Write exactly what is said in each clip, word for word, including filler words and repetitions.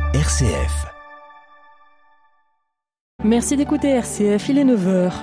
R C F. Merci d'écouter R C F, il est neuf heures.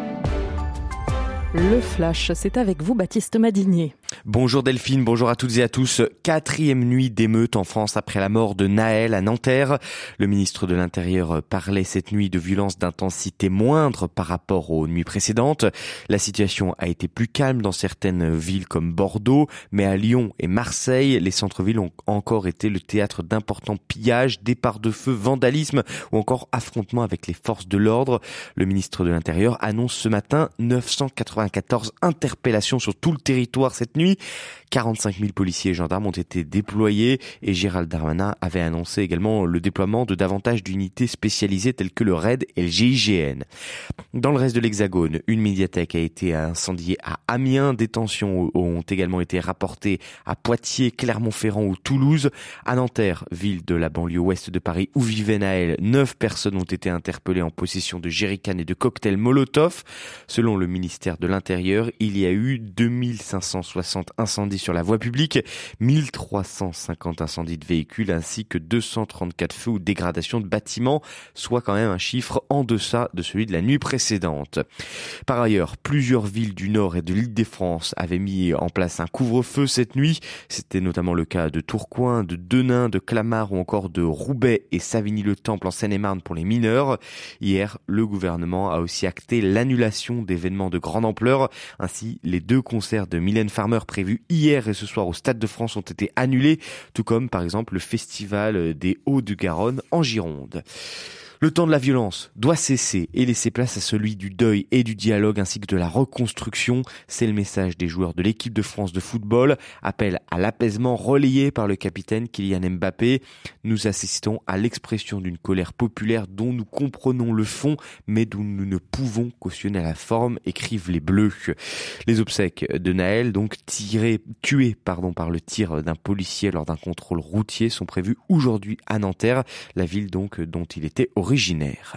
Le Flash, c'est avec vous, Baptiste Madinier. Bonjour Delphine, bonjour à toutes et à tous. Quatrième nuit d'émeute en France après la mort de Nahel à Nanterre. Le ministre de l'Intérieur parlait cette nuit de violences d'intensité moindre par rapport aux nuits précédentes. La situation a été plus calme dans certaines villes comme Bordeaux, mais à Lyon et Marseille, les centres-villes ont encore été le théâtre d'importants pillages, départs de feu, vandalisme ou encore affrontements avec les forces de l'ordre. Le ministre de l'Intérieur annonce ce matin neuf cent quatre-vingt-quatorze interpellations sur tout le territoire cette nuit. quarante-cinq mille policiers et gendarmes ont été déployés et Gérald Darmanin avait annoncé également le déploiement de davantage d'unités spécialisées telles que le R A I D et le G I G N. Dans le reste de l'Hexagone, une médiathèque a été incendiée à Amiens. Des tensions ont également été rapportées à Poitiers, Clermont-Ferrand ou Toulouse. À Nanterre, ville de la banlieue ouest de Paris où vivait Nahel, neuf personnes ont été interpellées en possession de jerrycans et de cocktails Molotov. Selon le ministère de l'Intérieur, il y a eu deux mille cinq cent soixante incendies sur la voie publique, mille trois cent cinquante incendies de véhicules ainsi que deux cent trente-quatre feux ou dégradations de bâtiments, soit quand même un chiffre en deçà de celui de la nuit précédente. Par ailleurs, plusieurs villes du Nord et de l'Île-de-France avaient mis en place un couvre-feu cette nuit. C'était notamment le cas de Tourcoing, de Denain, de Clamart ou encore de Roubaix et Savigny-le-Temple en Seine-et-Marne pour les mineurs. Hier, le gouvernement a aussi acté l'annulation d'événements de grande ampleur. Ainsi, les deux concerts de Mylène Farmer prévus hier et ce soir au Stade de France ont été annulés, tout comme par exemple le Festival des Hauts-de-Garonne en Gironde. Le temps de la violence doit cesser et laisser place à celui du deuil et du dialogue ainsi que de la reconstruction. C'est le message des joueurs de l'équipe de France de football. Appel à l'apaisement relayé par le capitaine Kylian Mbappé. Nous assistons à l'expression d'une colère populaire dont nous comprenons le fond, mais dont nous ne pouvons cautionner la forme, écrivent les Bleus. Les obsèques de Nahel, donc tirés, tués pardon, par le tir d'un policier lors d'un contrôle routier, sont prévues aujourd'hui à Nanterre, la ville donc dont il était originaire. originaire.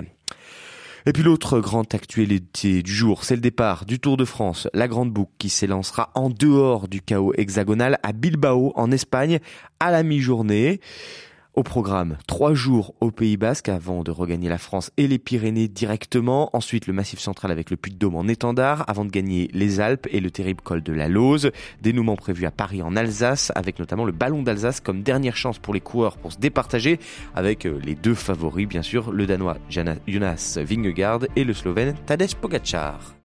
Et puis l'autre grande actualité du jour, c'est le départ du Tour de France, la Grande Boucle qui s'élancera en dehors du chaos hexagonal à Bilbao en Espagne à la mi-journée. Au programme, trois jours au Pays Basque avant de regagner la France et les Pyrénées directement. Ensuite, le Massif central avec le Puy-de-Dôme en étendard avant de gagner les Alpes et le terrible col de la Lauze. Dénouement prévu à Paris en Alsace avec notamment le Ballon d'Alsace comme dernière chance pour les coureurs pour se départager avec les deux favoris, bien sûr, le Danois Jonas Vingegaard et le Slovène Tadej Pogačar.